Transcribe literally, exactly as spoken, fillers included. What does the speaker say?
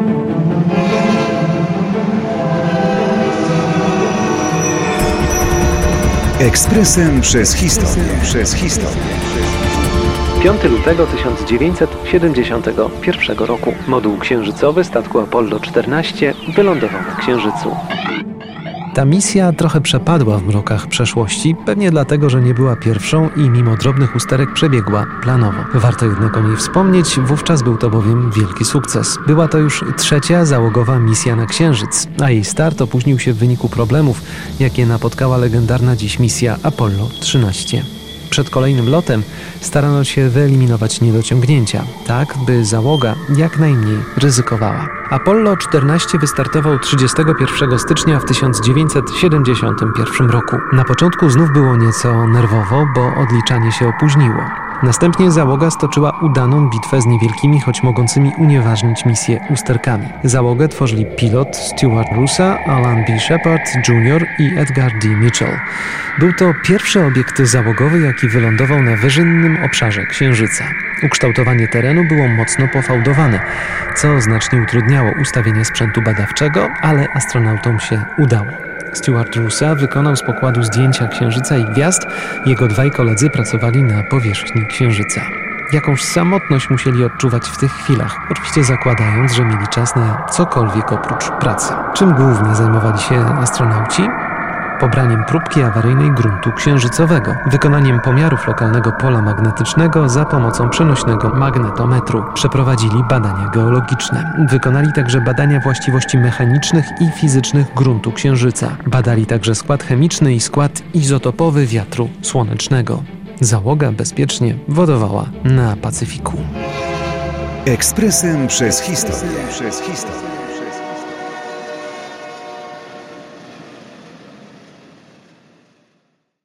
Ekspresem przez historię. Przez historię. piątego lutego tysiąc dziewięćset siedemdziesiątego pierwszego roku moduł księżycowy statku Apollo czternaście wylądował na Księżycu. Ta misja trochę przepadła w mrokach przeszłości, pewnie dlatego, że nie była pierwszą i mimo drobnych usterek przebiegła planowo. Warto jednak o niej wspomnieć, wówczas był to bowiem wielki sukces. Była to już trzecia załogowa misja na Księżyc, a jej start opóźnił się w wyniku problemów, jakie napotkała legendarna dziś misja Apollo trzynaście. Przed kolejnym lotem starano się wyeliminować niedociągnięcia, tak by załoga jak najmniej ryzykowała. Apollo czternaście wystartował trzydziestego pierwszego stycznia w tysiąc dziewięćset siedemdziesiątym pierwszym roku. Na początku znów było nieco nerwowo, bo odliczanie się opóźniło. Następnie załoga stoczyła udaną bitwę z niewielkimi, choć mogącymi unieważnić misję usterkami. Załogę tworzyli pilot Stuart Roosa, Alan B. Shepard junior i Edgar D. Mitchell. Był to pierwszy obiekt załogowy, jaki wylądował na wyżynnym obszarze Księżyca. Ukształtowanie terenu było mocno pofałdowane, co znacznie utrudniało ustawienie sprzętu badawczego, ale astronautom się udało. Stuart Roosa wykonał z pokładu zdjęcia Księżyca i gwiazd, jego dwaj koledzy pracowali na powierzchni Księżyca. Jakąś samotność musieli odczuwać w tych chwilach, oczywiście zakładając, że mieli czas na cokolwiek oprócz pracy. Czym głównie zajmowali się astronauci? Pobraniem próbki awaryjnej gruntu księżycowego, wykonaniem pomiarów lokalnego pola magnetycznego za pomocą przenośnego magnetometru. Przeprowadzili badania geologiczne. Wykonali także badania właściwości mechanicznych i fizycznych gruntu Księżyca. Badali także skład chemiczny i skład izotopowy wiatru słonecznego. Załoga bezpiecznie wodowała na Pacyfiku. Ekspresem przez historię. Przez historię.